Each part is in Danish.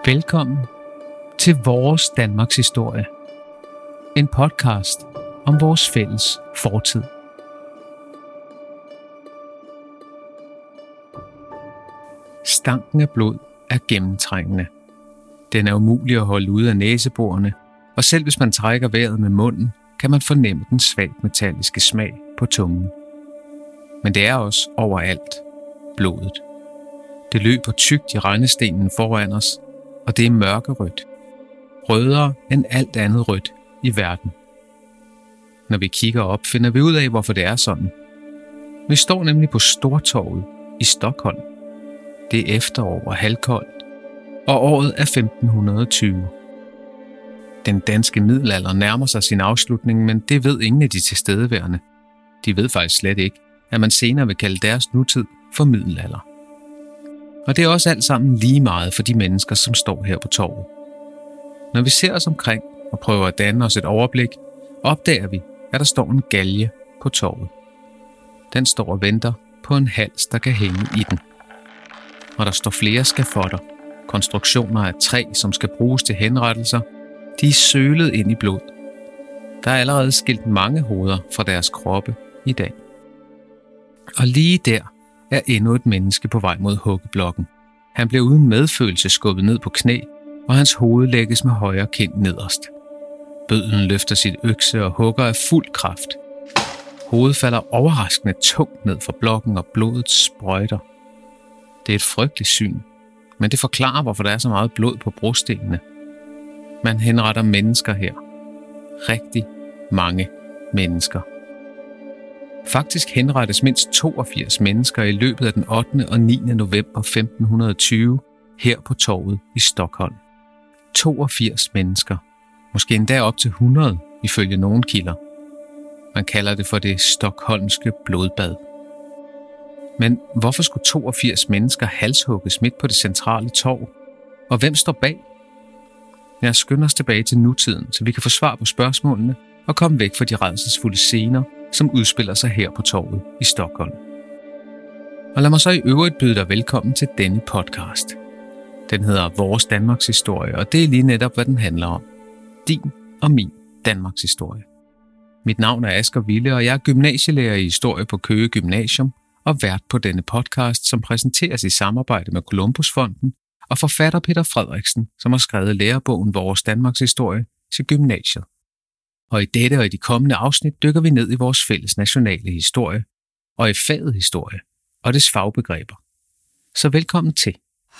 Velkommen til Vores Danmarks Historie. En podcast om vores fælles fortid. Stanken af blod er gennemtrængende. Den er umulig at holde ude af næseborene, og selv hvis man trækker vejret med munden, kan man fornemme den svagt metalliske smag på tungen. Men det er også overalt blodet. Det løber tykt i rendestenen foran os, og det er mørkerødt. Rødere end alt andet rødt i verden. Når vi kigger op, finder vi ud af, hvorfor det er sådan. Vi står nemlig på Stortorvet i Stockholm. Det er efterår og halvkoldt, og året er 1520. Den danske middelalder nærmer sig sin afslutning, men det ved ingen af de tilstedeværende. De ved faktisk slet ikke, at man senere vil kalde deres nutid for middelalder. Og det er også alt sammen lige meget for de mennesker, som står her på torvet. Når vi ser os omkring og prøver at danne os et overblik, opdager vi, at der står en galge på torvet. Den står og venter på en hals, der kan hænge i den. Og der står flere skafotter, konstruktioner af træ, som skal bruges til henrettelser. De er sølet ind i blod. Der er allerede skilt mange hoveder fra deres kroppe i dag. Og lige der er endnu et menneske på vej mod huggeblokken. Han bliver uden medfølelse skubbet ned på knæ, og hans hoved lægges med højre kind nederst. Bødlen løfter sit økse og hugger af fuld kraft. Hovedet falder overraskende tungt ned fra blokken, og blodet sprøjter. Det er et frygteligt syn, men det forklarer, hvorfor der er så meget blod på brostenene. Man henretter mennesker her. Rigtig mange mennesker. Faktisk henrettes mindst 82 mennesker i løbet af den 8. og 9. november 1520 her på torvet i Stockholm. 82 mennesker. Måske endda op til 100 ifølge nogle kilder. Man kalder det for det stockholmske blodbad. Men hvorfor skulle 82 mennesker halshugges midt på det centrale torv? Og hvem står bag? Lad os skynde os tilbage til nutiden, så vi kan få svar på spørgsmålene og komme væk fra de rædselsfulde scener, som udspiller sig her på torvet i Stockholm. Og lad mig så i øvrigt byde dig velkommen til denne podcast. Den hedder Vores Danmarks Historie, og det er lige netop, hvad den handler om. Din og min Danmarks historie. Mit navn er Asger Wille, og jeg er gymnasielærer i historie på Køge Gymnasium og vært på denne podcast, som præsenteres i samarbejde med Columbusfonden og forfatter Peter Frederiksen, som har skrevet lærebogen Vores Danmarks Historie til gymnasiet. Og i dette og i de kommende afsnit dykker vi ned i vores fælles nationale historie og i faget historie og dets fagbegreber. Så velkommen til.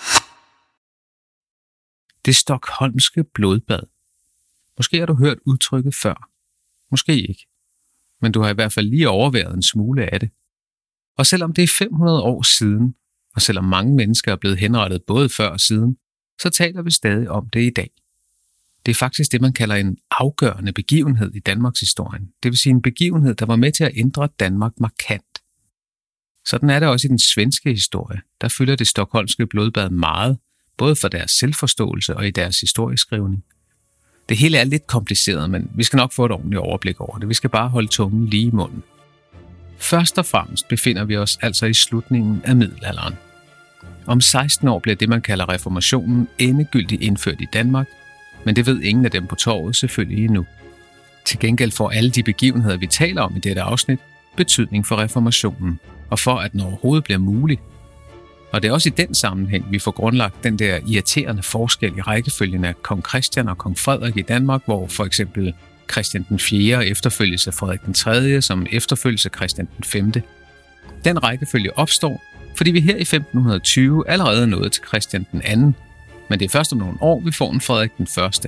Det stockholmske blodbad. Måske har du hørt udtrykket før. Måske ikke. Men du har i hvert fald lige overværet en smule af det. Og selvom det er 500 år siden, og selvom mange mennesker er blevet henrettet både før og siden, så taler vi stadig om det i dag. Det er faktisk det, man kalder en afgørende begivenhed i Danmarks historien. Det vil sige en begivenhed, der var med til at ændre Danmark markant. Sådan er det også i den svenske historie. Der fylder det stockholmske blodbad meget, både for deres selvforståelse og i deres historieskrivning. Det hele er lidt kompliceret, men vi skal nok få et ordentligt overblik over det. Vi skal bare holde tungen lige i munden. Først og fremmest befinder vi os altså i slutningen af middelalderen. Om 16 år bliver det, man kalder reformationen, endegyldigt indført i Danmark, men det ved ingen af dem på torvet selvfølgelig endnu. Til gengæld får alle de begivenheder, vi taler om i dette afsnit, betydning for reformationen, og for at den overhovedet bliver mulig. Og det er også i den sammenhæng, vi får grundlagt den der irriterende forskel i rækkefølgen af kong Christian og kong Frederik i Danmark, hvor for eksempel Christian den 4. efterfølges af Frederik den 3. som efterfølges af Christian den 5. Den rækkefølge opstår, fordi vi her i 1520 allerede er nået til Christian den 2., men det er først om nogle år, vi får en Frederik den 1.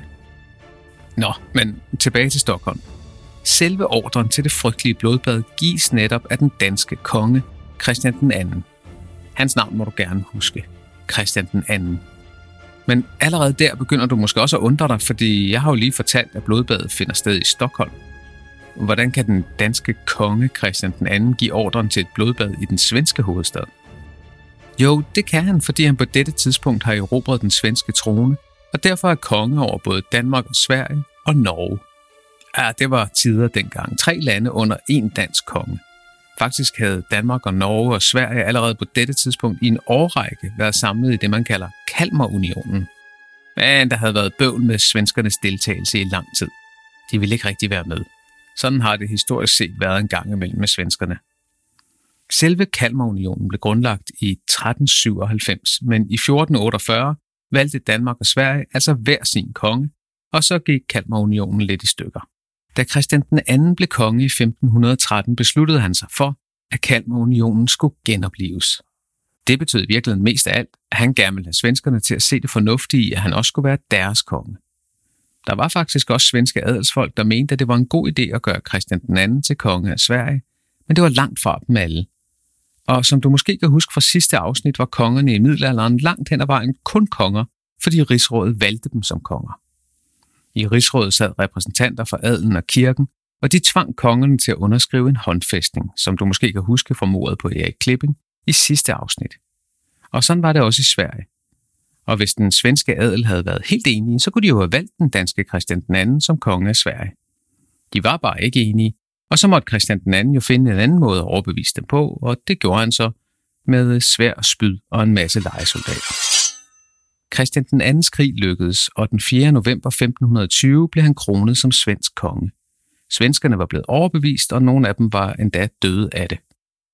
Nå, men tilbage til Stockholm. Selve ordren til det frygtelige blodbad gives netop af den danske konge, Christian den 2. Hans navn må du gerne huske, Christian den 2. Men allerede der begynder du måske også at undre dig, fordi jeg har jo lige fortalt, at blodbadet finder sted i Stockholm. Hvordan kan den danske konge, Christian den 2. give ordren til et blodbad i den svenske hovedstad? Jo, det kan han, fordi han på dette tidspunkt har erobret den svenske trone, og derfor er konge over både Danmark og Sverige og Norge. Ja, det var tider dengang. 3 lande under 1 dansk konge. Faktisk havde Danmark og Norge og Sverige allerede på dette tidspunkt i en årrække været samlet i det, man kalder Kalmarunionen. Men der havde været bøvl med svenskernes deltagelse i lang tid. De ville ikke rigtig være med. Sådan har det historisk set været en gang imellem med svenskerne. Selve Kalmarunionen blev grundlagt i 1397, men i 1448 valgte Danmark og Sverige altså hver sin konge, og så gik Kalmarunionen lidt i stykker. Da Christian II blev konge i 1513, besluttede han sig for, at Kalmarunionen skulle genoplives. Det betød i virkeligheden mest af alt, at han gerne ville have svenskerne til at se det fornuftige i, at han også skulle være deres konge. Der var faktisk også svenske adelsfolk, der mente, at det var en god idé at gøre Christian II til konge af Sverige, men det var langt fra dem alle. Og som du måske kan huske fra sidste afsnit, var kongerne i middelalderen langt hen ad vejen kun konger, fordi rigsrådet valgte dem som konger. I rigsrådet sad repræsentanter for adelen og kirken, og de tvang kongerne til at underskrive en håndfæstning, som du måske kan huske fra mordet på Erik Klipping i sidste afsnit. Og sådan var det også i Sverige. Og hvis den svenske adel havde været helt enige, så kunne de jo have valgt den danske Christian II som konge af Sverige. De var bare ikke enige, og så måtte Christian II jo finde en anden måde at overbevise dem på, og det gjorde han så med sværd, spyd og en masse lejesoldater. Christian II's krig lykkedes, og den 4. november 1520 blev han kronet som svensk konge. Svenskerne var blevet overbevist, og nogle af dem var endda døde af det.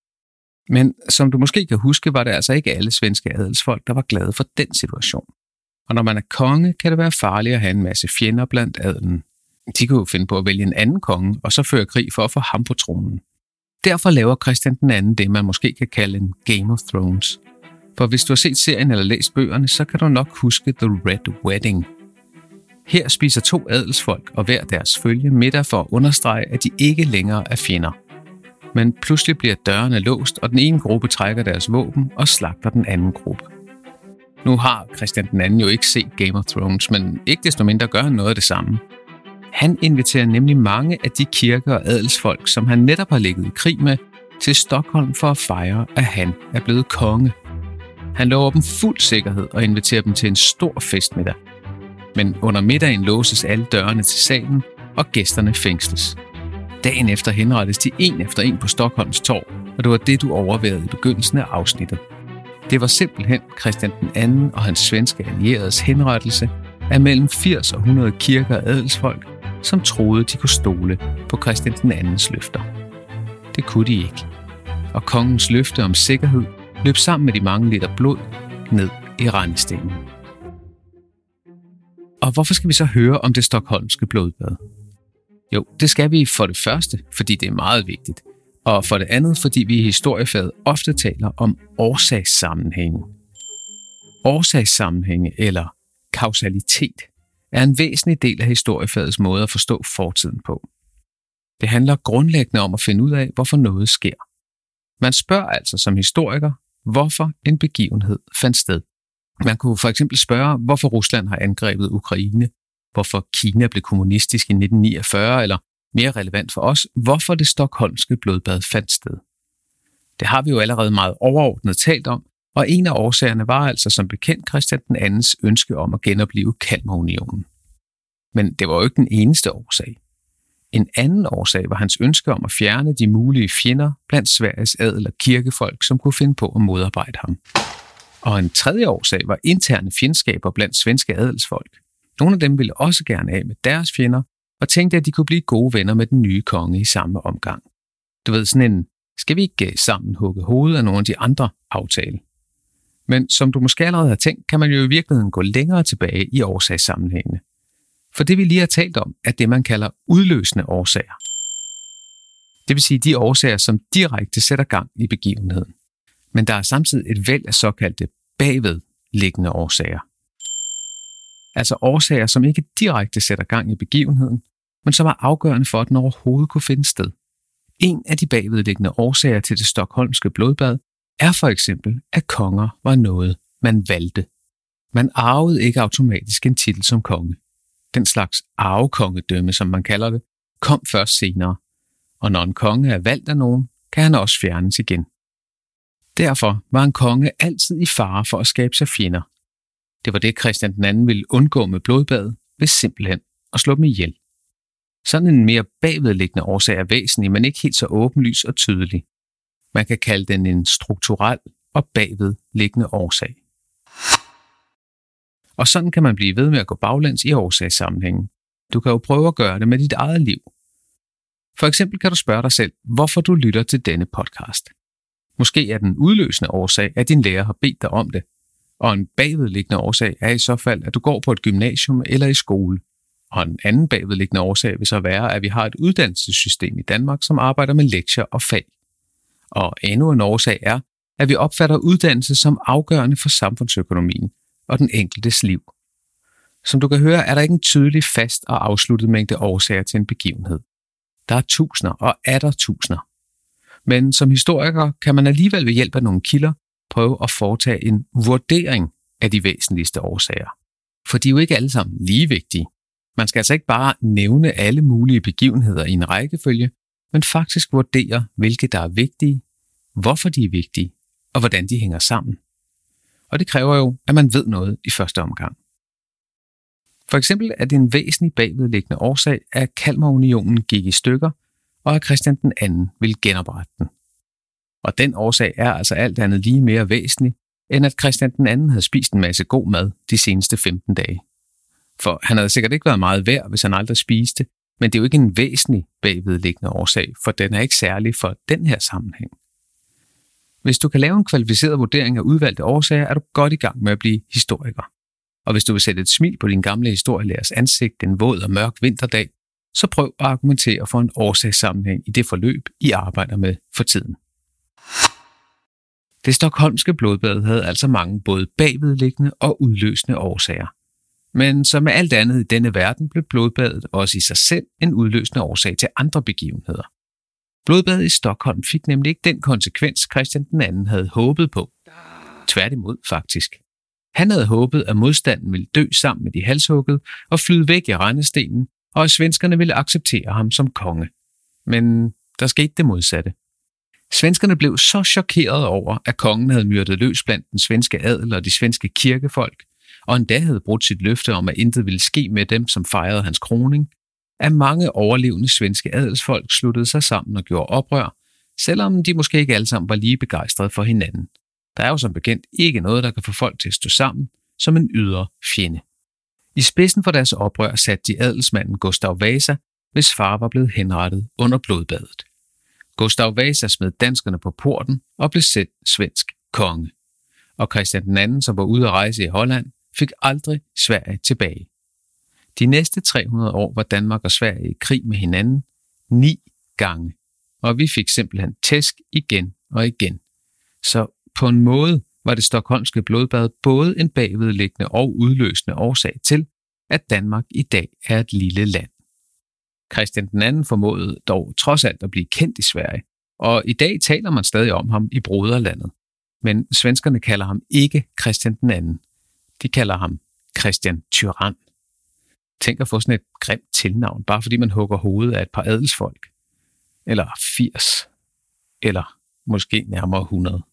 Men som du måske kan huske, var det altså ikke alle svenske adelsfolk, der var glade for den situation. Og når man er konge, kan det være farligt at have en masse fjender blandt adelen. De kunne jo finde på at vælge en anden konge, og så føre krig for at få ham på tronen. Derfor laver Christian II det, man måske kan kalde en Game of Thrones. For hvis du har set serien eller læst bøgerne, så kan du nok huske The Red Wedding. Her spiser 2 adelsfolk og hver deres følge middag for at understrege, at de ikke længere er fjender. Men pludselig bliver dørene låst, og den ene gruppe trækker deres våben og slagter den anden gruppe. Nu har Christian II jo ikke set Game of Thrones, men ikke desto mindre gør han noget af det samme. Han inviterer nemlig mange af de kirker og adelsfolk, som han netop har ligget i krig med, til Stockholm for at fejre, at han er blevet konge. Han lover dem fuld sikkerhed og inviterer dem til en stor festmiddag. Men under middagen låses alle dørene til salen, og gæsterne fængsles. Dagen efter henrettes de en efter en på Stockholms torv, og det var det, du overværede i begyndelsen af afsnittet. Det var simpelthen Christian II og hans svenske allieredes henrettelse af mellem 80 og 100 kirker og adelsfolk, som troede, de kunne stole på Christian II's løfter. Det kunne de ikke, og kongens løfte om sikkerhed løb sammen med de mange liter blod ned i rendestenen. Og hvorfor skal vi så høre om det stockholmske blodbad? Jo, det skal vi for det første, fordi det er meget vigtigt, og for det andet, fordi vi i historiefaget ofte taler om årsagssammenhænge. Årsagssammenhænge eller kausalitet er en væsentlig del af historiefagets måde at forstå fortiden på. Det handler grundlæggende om at finde ud af, hvorfor noget sker. Man spørger altså som historiker, hvorfor en begivenhed fandt sted. Man kunne for eksempel spørge, hvorfor Rusland har angrebet Ukraine, hvorfor Kina blev kommunistisk i 1949, eller mere relevant for os, hvorfor det stockholmske blodbad fandt sted. Det har vi jo allerede meget overordnet talt om, og en af årsagerne var altså som bekendt Christian II's ønske om at genoplive Kalmarunionen. Men det var jo ikke den eneste årsag. En anden årsag var hans ønske om at fjerne de mulige fjender blandt Sveriges adel og kirkefolk, som kunne finde på at modarbejde ham. Og en tredje årsag var interne fjendskaber blandt svenske adelsfolk. Nogle af dem ville også gerne af med deres fjender, og tænkte, at de kunne blive gode venner med den nye konge i samme omgang. Du ved, sådan en, skal vi ikke sammen hugge hovedet af nogle af de andre aftale? Men som du måske allerede har tænkt, kan man jo i virkeligheden gå længere tilbage i årsagssammenhængene. For det vi lige har talt om, er det man kalder udløsende årsager. Det vil sige de årsager, som direkte sætter gang i begivenheden. Men der er samtidig et væld af såkaldte bagvedliggende årsager. Altså årsager, som ikke direkte sætter gang i begivenheden, men som er afgørende for, at den overhovedet kunne finde sted. En af de bagvedliggende årsager til det stockholmske blodbad er for eksempel, at konger var noget, man valgte. Man arvede ikke automatisk en titel som konge. Den slags arvekongedømme, som man kalder det, kom først senere. Og når en konge er valgt af nogen, kan han også fjernes igen. Derfor var en konge altid i fare for at skabe sig fjender. Det var det, Christian II ville undgå med blodbadet, ved simpelthen at slå dem ihjel. Sådan en mere bagvedliggende årsag er væsentlig, men ikke helt så åbenlys og tydelig. Man kan kalde den en strukturel og bagvedliggende årsag. Og sådan kan man blive ved med at gå baglæns i årsagssammenhængen. Du kan jo prøve at gøre det med dit eget liv. For eksempel kan du spørge dig selv, hvorfor du lytter til denne podcast. Måske er den udløsende årsag, at din lærer har bedt dig om det. Og en bagvedliggende årsag er i så fald, at du går på et gymnasium eller i skole. Og en anden bagvedliggende årsag vil så være, at vi har et uddannelsessystem i Danmark, som arbejder med lektier og fag. Og endnu en årsag er, at vi opfatter uddannelse som afgørende for samfundsøkonomien og den enkeltes liv. Som du kan høre, er der ikke en tydelig, fast og afsluttet mængde årsager til en begivenhed. Der er tusinder og atter tusinder. Men som historiker kan man alligevel ved hjælp af nogle kilder prøve at foretage en vurdering af de væsentligste årsager. For de er jo ikke alle sammen lige vigtige. Man skal altså ikke bare nævne alle mulige begivenheder i en rækkefølge, men faktisk vurdere, hvilke der er vigtige, hvorfor de er vigtige, og hvordan de hænger sammen. Og det kræver jo, at man ved noget i første omgang. For eksempel er det en væsentlig bagvedliggende årsag, at Kalmarunionen gik i stykker, og at Christian den anden ville genoprette den. Og den årsag er altså alt andet lige mere væsentlig, end at Christian den anden havde spist en masse god mad de seneste 15 dage. For han havde sikkert ikke været meget værd, hvis han aldrig spiste, men det er jo ikke en væsentlig bagvedliggende årsag, for den er ikke særlig for den her sammenhæng. Hvis du kan lave en kvalificeret vurdering af udvalgte årsager, er du godt i gang med at blive historiker. Og hvis du vil sætte et smil på din gamle historielærers ansigt en våd og mørk vinterdag, så prøv at argumentere for en årsagssammenhæng i det forløb, I arbejder med for tiden. Det stockholmske blodbad havde altså mange både bagvedliggende og udløsende årsager. Men som med alt andet i denne verden blev blodbadet også i sig selv en udløsende årsag til andre begivenheder. Blodbadet i Stockholm fik nemlig ikke den konsekvens, Christian den anden havde håbet på. Tværtimod faktisk. Han havde håbet, at modstanden ville dø sammen med de halshuggede og flyde væk i rendestenen, og at svenskerne ville acceptere ham som konge. Men der skete det modsatte. Svenskerne blev så chokeret over, at kongen havde myrdet løs blandt den svenske adel og de svenske kirkefolk, og endda havde brudt sit løfte om, at intet ville ske med dem, som fejrede hans kroning, at mange overlevende svenske adelsfolk sluttede sig sammen og gjorde oprør, selvom de måske ikke alle sammen var lige begejstrede for hinanden. Der er jo som bekendt ikke noget, der kan få folk til at stå sammen som en ydre fjende. I spidsen for deres oprør satte de adelsmanden Gustav Vasa, hvis far var blevet henrettet under blodbadet. Gustav Vasa smed danskerne på porten og blev selv svensk konge. Og Christian den anden, som var ude at rejse i Holland, fik aldrig Sverige tilbage. De næste 300 år var Danmark og Sverige i krig med hinanden 9 gange, og vi fik simpelthen tæsk igen og igen. Så på en måde var det stockholmske blodbad både en bagvedliggende og udløsende årsag til, at Danmark i dag er et lille land. Christian den anden formåede dog trods alt at blive kendt i Sverige, og i dag taler man stadig om ham i broderlandet. Men svenskerne kalder ham ikke Christian den anden. De kalder ham Christian Tyrann. Tænk at få sådan et grimt tilnavn, bare fordi man hugger hovedet af et par adelsfolk. Eller 80. Eller måske nærmere 100.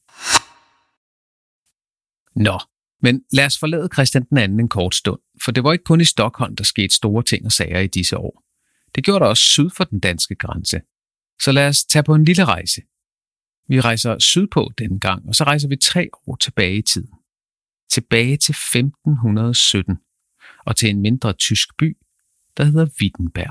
Nå, men lad os forlade Christian den anden en kort stund, for det var ikke kun i Stockholm, der skete store ting og sager i disse år. Det gjorde der også syd for den danske grænse. Så lad os tage på en lille rejse. Vi rejser sydpå denne gang, og så rejser vi 3 år tilbage i tiden. Tilbage til 1517, og til en mindre tysk by, der hedder Wittenberg.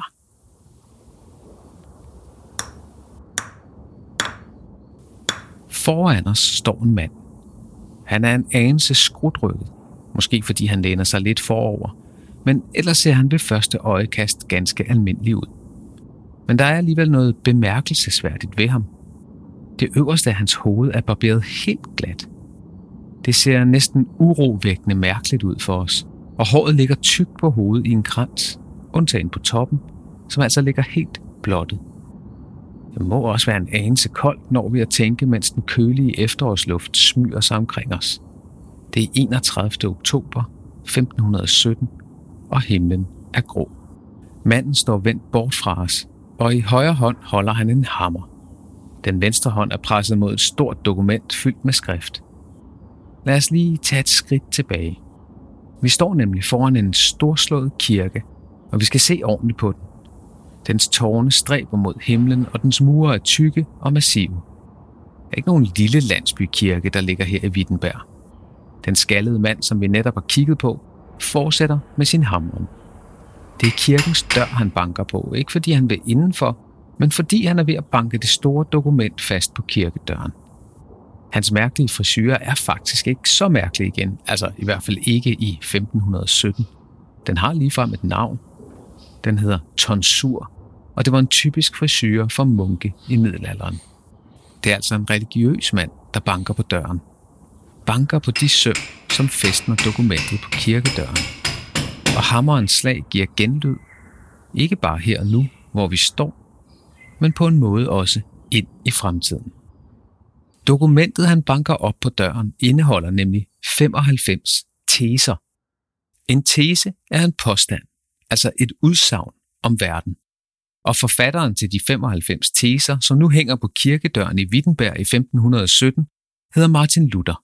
Foran os står en mand. Han er en anelse skrutrykket, måske fordi han læner sig lidt forover, men ellers ser han ved første øjekast ganske almindelig ud. Men der er alligevel noget bemærkelsesværdigt ved ham. Det øverste af hans hoved er barberet helt glat. Det ser næsten urovækkende mærkeligt ud for os, og håret ligger tykt på hovedet i en krans, undtagen på toppen, som altså ligger helt blottet. Det må også være en anelse koldt, når vi at tænke, mens den kølige efterårsluft smyger sig omkring os. Det er 31. oktober 1517, og himlen er grå. Manden står vendt bort fra os, og i højre hånd holder han en hammer. Den venstre hånd er presset mod et stort dokument fyldt med skrift. Lad os lige tage et skridt tilbage. Vi står nemlig foran en storslået kirke, og vi skal se ordentligt på den. Dens tårne stræber mod himlen, og dens mure er tykke og massive. Det er ikke nogen lille landsbykirke, der ligger her i Wittenberg. Den skaldede mand, som vi netop har kigget på, fortsætter med sin hamren. Det er kirkens dør, han banker på, ikke fordi han vil indenfor, men fordi han er ved at banke det store dokument fast på kirkedøren. Hans mærkelige frisyre er faktisk ikke så mærkelig igen, altså i hvert fald ikke i 1517. Den har ligefrem et navn. Den hedder tonsur, og det var en typisk frisyre for munke i middelalderen. Det er altså en religiøs mand, der banker på døren. Banker på de søm, som fæstner dokumentet på kirkedøren. Og hammerens slag giver genlyd, ikke bare her og nu, hvor vi står, men på en måde også ind i fremtiden. Dokumentet, han banker op på døren, indeholder nemlig 95 teser. En tese er en påstand, altså et udsagn om verden. Og forfatteren til de 95 teser, som nu hænger på kirkedøren i Wittenberg i 1517, hedder Martin Luther.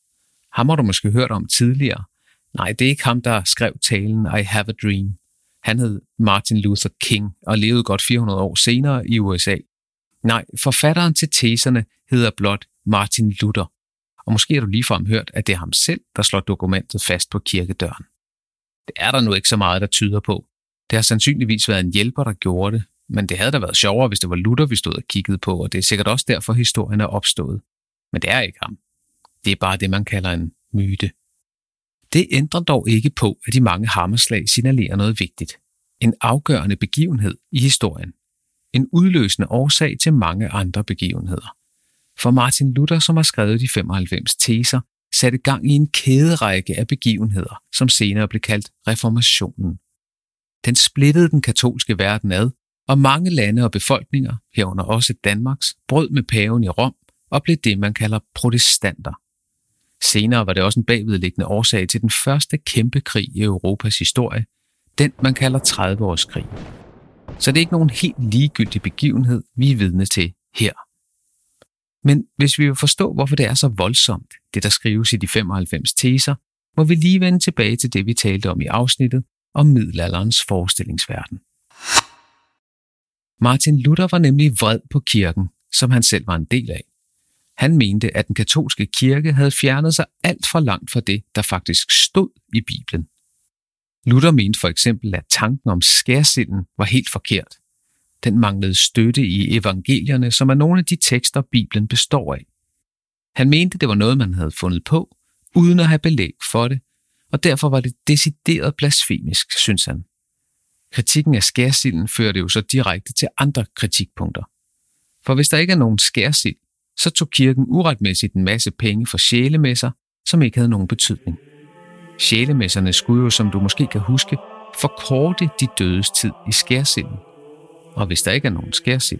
Ham har du måske hørt om tidligere. Nej, det er ikke ham, der skrev talen I Have a Dream. Han hed Martin Luther King og levede godt 400 år senere i USA. Nej, forfatteren til teserne hedder blot Martin Luther. Og måske har du ligefrem hørt, at det er ham selv, der slår dokumentet fast på kirkedøren. Det er der nu ikke så meget, der tyder på. Det har sandsynligvis været en hjælper, der gjorde det, men det havde da været sjovere, hvis det var Luther, vi stod og kiggede på, og det er sikkert også derfor, historien er opstået. Men det er ikke ham. Det er bare det, man kalder en myte. Det ændrer dog ikke på, at de mange hammerslag signalerer noget vigtigt. En afgørende begivenhed i historien. En udløsende årsag til mange andre begivenheder. For Martin Luther, som har skrevet de 95 teser, satte gang i en kæderække af begivenheder, som senere blev kaldt reformationen. Den splittede den katolske verden ad, og mange lande og befolkninger, herunder også Danmarks, brød med paven i Rom og blev det, man kalder protestanter. Senere var det også en bagvedliggende årsag til den første kæmpe krig i Europas historie, den man kalder 30-årskrig. Så det er ikke nogen helt ligegyldig begivenhed, vi er vidne til her. Men hvis vi vil forstå, hvorfor det er så voldsomt, det der skrives i de 95 teser, må vi lige vende tilbage til det, vi talte om i afsnittet om middelalderens forestillingsverden. Martin Luther var nemlig vred på kirken, som han selv var en del af. Han mente, at den katolske kirke havde fjernet sig alt for langt fra det, der faktisk stod i Bibelen. Luther mente for eksempel, at tanken om skærsilden var helt forkert. Den manglede støtte i evangelierne, som er nogle af de tekster, Bibelen består af. Han mente, det var noget, man havde fundet på, uden at have belæg for det, og derfor var det decideret blasfemisk, synes han. Kritikken af skærsilden førte jo så direkte til andre kritikpunkter. For hvis der ikke er nogen skærsild, så tog kirken uretmæssigt en masse penge for sjælemesser, som ikke havde nogen betydning. Sjælemesserne skulle jo, som du måske kan huske, forkorte de dødes tid i skærsilden. Og hvis der ikke er nogen skærsild.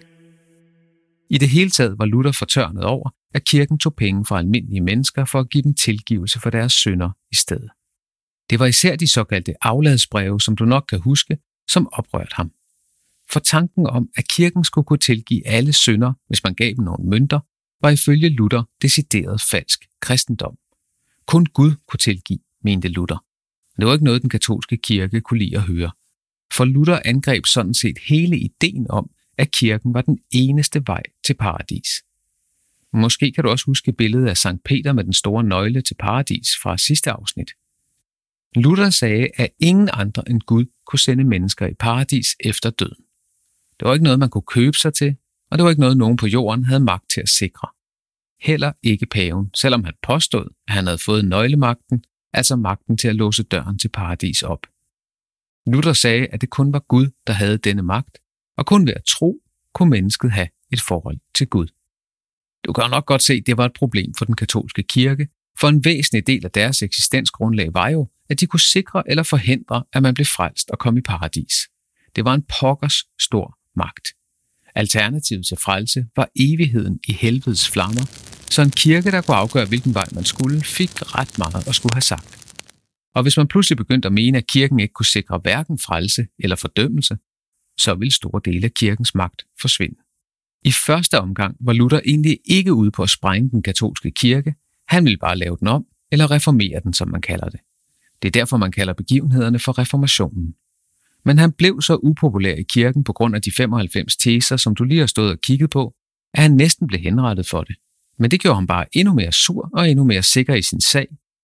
I det hele taget var Luther fortørnet over, at kirken tog penge fra almindelige mennesker for at give dem tilgivelse for deres synder i stedet. Det var især de såkaldte afladsbreve, som du nok kan huske, som oprørte ham. For tanken om, at kirken skulle kunne tilgive alle synder, hvis man gav dem nogle mønter, var ifølge Luther decideret falsk kristendom. Kun Gud kunne tilgive, mente Luther. Det var ikke noget, den katolske kirke kunne lide at høre. For Luther angreb sådan set hele ideen om, at kirken var den eneste vej til paradis. Måske kan du også huske billedet af Sankt Peter med den store nøgle til paradis fra sidste afsnit. Luther sagde, at ingen andre end Gud kunne sende mennesker i paradis efter døden. Det var ikke noget, man kunne købe sig til, og det var ikke noget, nogen på jorden havde magt til at sikre. Heller ikke paven, selvom han påstod, at han havde fået nøglemagten, altså magten til at låse døren til paradis op. Luther sagde, at det kun var Gud, der havde denne magt, og kun ved at tro, kunne mennesket have et forhold til Gud. Du kan nok godt se, at det var et problem for den katolske kirke, for en væsentlig del af deres eksistensgrundlag var jo, at de kunne sikre eller forhindre, at man blev frelst og kom i paradis. Det var en pokkers stor magt. Alternativet til frelse var evigheden i helvedes flammer, så en kirke, der kunne afgøre, hvilken vej man skulle, fik ret meget at skulle have sagt. Og hvis man pludselig begyndte at mene, at kirken ikke kunne sikre hverken frelse eller fordømmelse, så ville store dele af kirkens magt forsvinde. I første omgang var Luther egentlig ikke ude på at sprænge den katolske kirke, han ville bare lave den om, eller reformere den, som man kalder det. Det er derfor, man kalder begivenhederne for reformationen. Men han blev så upopulær i kirken på grund af de 95 teser, som du lige har stået og kigget på, at han næsten blev henrettet for det. Men det gjorde ham bare endnu mere sur og endnu mere sikker i sin sag,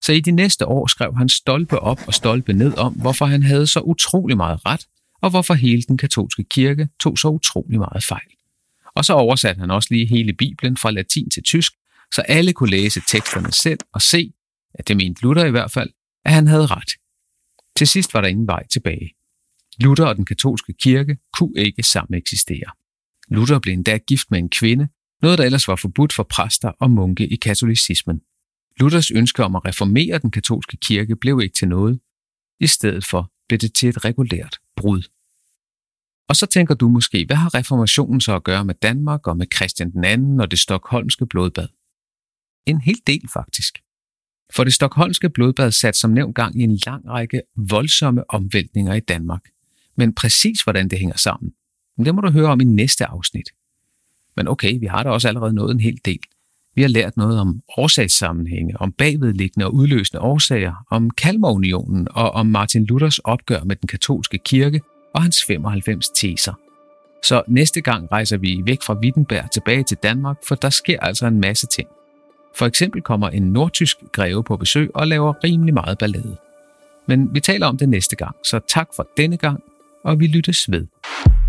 Så i de næste år skrev han stolpe op og stolpe ned om, hvorfor han havde så utrolig meget ret, og hvorfor hele den katolske kirke tog så utrolig meget fejl. Og så oversatte han også lige hele Bibelen fra latin til tysk, så alle kunne læse teksterne selv og se, at det mente Luther i hvert fald, at han havde ret. Til sidst var der ingen vej tilbage. Luther og den katolske kirke kunne ikke sammen eksistere. Luther blev endda gift med en kvinde, noget der ellers var forbudt for præster og munke i katolicismen. Luthers ønske om at reformere den katolske kirke blev ikke til noget. I stedet for blev det til et regulært brud. Og så tænker du måske, hvad har reformationen så at gøre med Danmark og med Christian den anden og det stockholmske blodbad? En hel del faktisk. For det stockholmske blodbad satte som nævnt gang i en lang række voldsomme omvæltninger i Danmark. Men præcis hvordan det hænger sammen, det må du høre om i næste afsnit. Men okay, vi har da også allerede nået en hel del. Vi har lært noget om årsagssammenhænge, om bagvedliggende og udløsende årsager, om Kalmarunionen og om Martin Luthers opgør med den katolske kirke og hans 95 teser. Så næste gang rejser vi væk fra Wittenberg tilbage til Danmark, for der sker altså en masse ting. For eksempel kommer en nordtysk greve på besøg og laver rimelig meget ballade. Men vi taler om det næste gang, så tak for denne gang, og vi lyttes ved.